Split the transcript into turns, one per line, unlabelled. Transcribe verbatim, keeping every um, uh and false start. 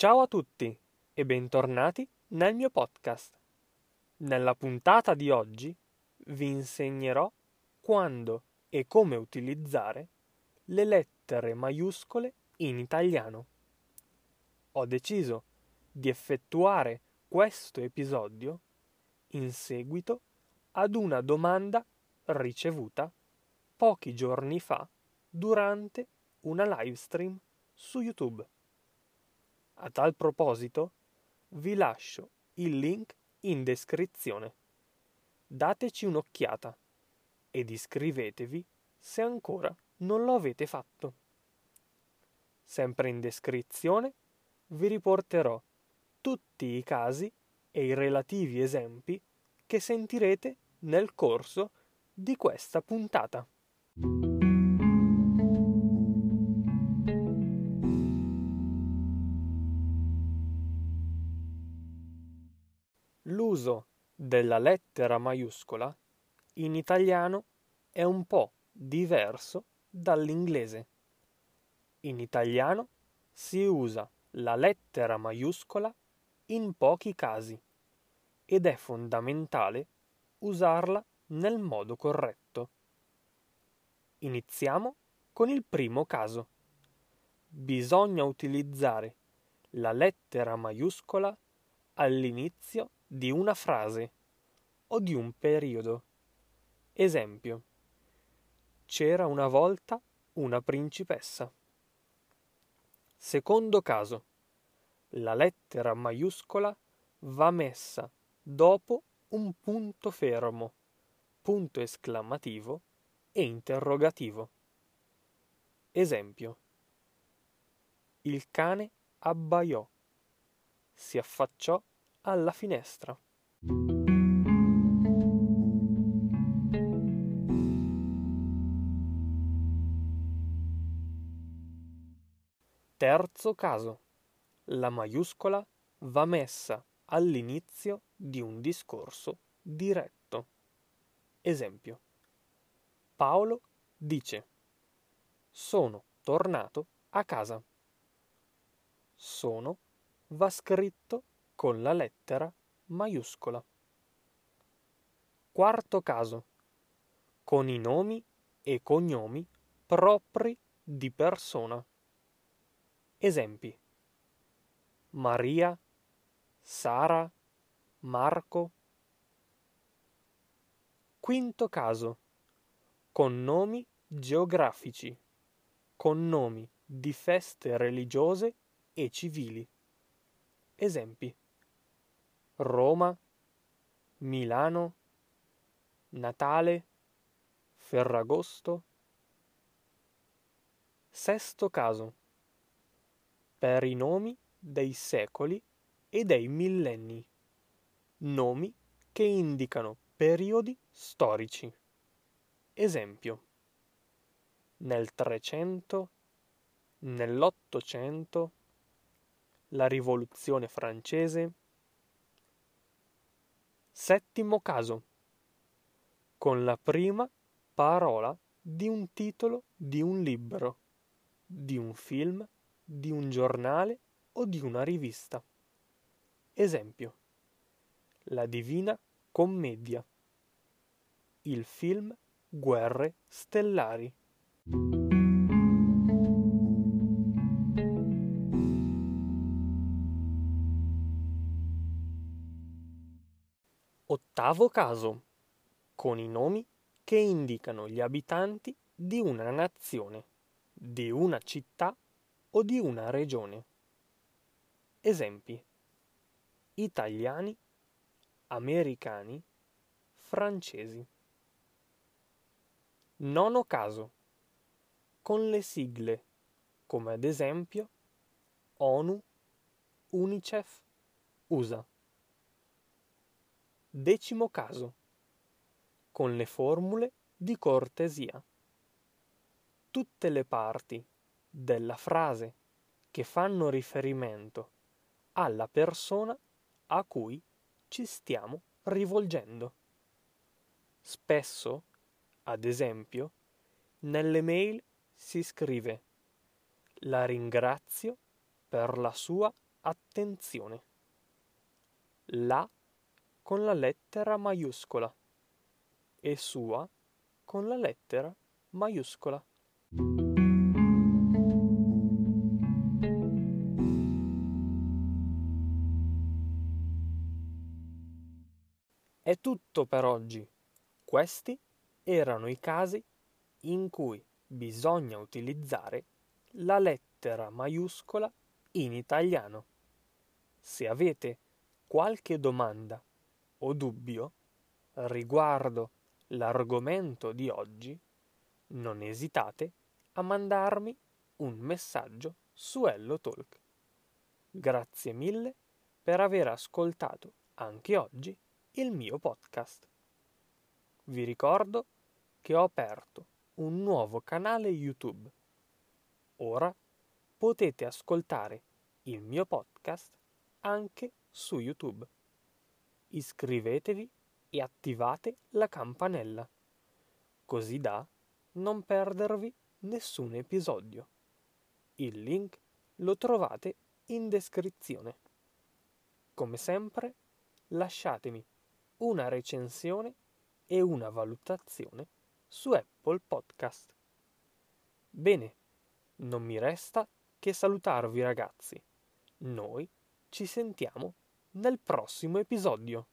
Ciao a tutti e bentornati nel mio podcast. Nella puntata di oggi vi insegnerò quando e come utilizzare le lettere maiuscole in italiano. Ho deciso di effettuare questo episodio in seguito ad una domanda ricevuta pochi giorni fa durante una live stream su YouTube. A tal proposito, vi lascio il link in descrizione. Dateci un'occhiata ed iscrivetevi se ancora non lo avete fatto. Sempre in descrizione vi riporterò tutti i casi e i relativi esempi che sentirete nel corso di questa puntata. L'uso della lettera maiuscola in italiano è un po' diverso dall'inglese. In italiano si usa la lettera maiuscola in pochi casi ed è fondamentale usarla nel modo corretto. Iniziamo con il primo caso. Bisogna utilizzare la lettera maiuscola all'inizio di una frase o di un periodo. Esempio: c'era una volta una principessa. Secondo caso, la lettera maiuscola va messa dopo un punto fermo, punto esclamativo e interrogativo. Esempio: il cane abbaiò, si affacciò alla finestra. Terzo caso. La maiuscola va messa all'inizio di un discorso diretto. Esempio: Paolo dice: sono tornato a casa. Sono va scritto con la lettera maiuscola. Quarto caso. Con i nomi e cognomi propri di persona. Esempi: Maria, Sara, Marco. Quinto caso. Con nomi geografici, con nomi di feste religiose e civili. Esempi: Roma, Milano, Natale, Ferragosto. Sesto caso. Per i nomi dei secoli e dei millenni. Nomi che indicano periodi storici. Esempio: nel Trecento, nell'Ottocento, la Rivoluzione francese. Settimo caso. Con la prima parola di un titolo di un libro, di un film, di un giornale o di una rivista. Esempio: La Divina Commedia, il film Guerre Stellari. Ottavo caso. Con i nomi che indicano gli abitanti di una nazione, di una città o di una regione. Esempi: italiani, americani, francesi. Nono caso. Con le sigle, come ad esempio ONU, UNICEF, U S A. Decimo caso. Con le formule di cortesia. Tutte le parti della frase che fanno riferimento alla persona a cui ci stiamo rivolgendo. Spesso, ad esempio, nelle mail si scrive: la ringrazio per la sua attenzione. La con la lettera maiuscola e sua con la lettera maiuscola. È tutto per oggi. Questi erano i casi in cui bisogna utilizzare la lettera maiuscola in italiano. Se avete qualche domanda o dubbio riguardo l'argomento di oggi, non esitate a mandarmi un messaggio su HelloTalk. Grazie mille per aver ascoltato anche oggi il mio podcast. Vi ricordo che ho aperto un nuovo canale YouTube. Ora potete ascoltare il mio podcast anche su YouTube. Iscrivetevi e attivate la campanella, così da non perdervi nessun episodio. Il link lo trovate in descrizione. Come sempre, lasciatemi una recensione e una valutazione su Apple Podcast. Bene, non mi resta che salutarvi ragazzi. Noi ci sentiamo nel prossimo episodio.